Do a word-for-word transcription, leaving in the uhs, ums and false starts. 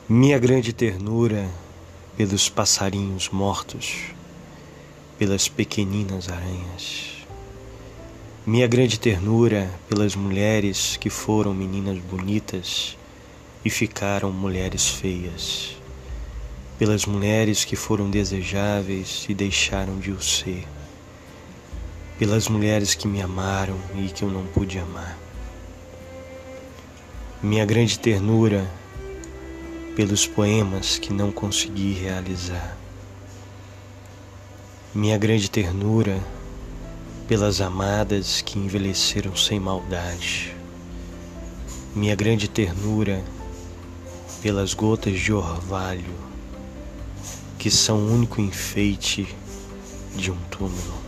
Minha grande ternura pelos passarinhos mortos, pelas pequeninas aranhas. Minha grande ternura pelas mulheres que foram meninas bonitas e ficaram mulheres feias. Pelas mulheres que foram desejáveis e deixaram de o ser. Pelas mulheres que me amaram e que eu não pude amar. Minha grande ternura pelos poemas que não consegui realizar. Minha grande ternura pelas amadas que envelheceram sem maldade. Minha grande ternura pelas gotas de orvalho que são o único enfeite de um túmulo.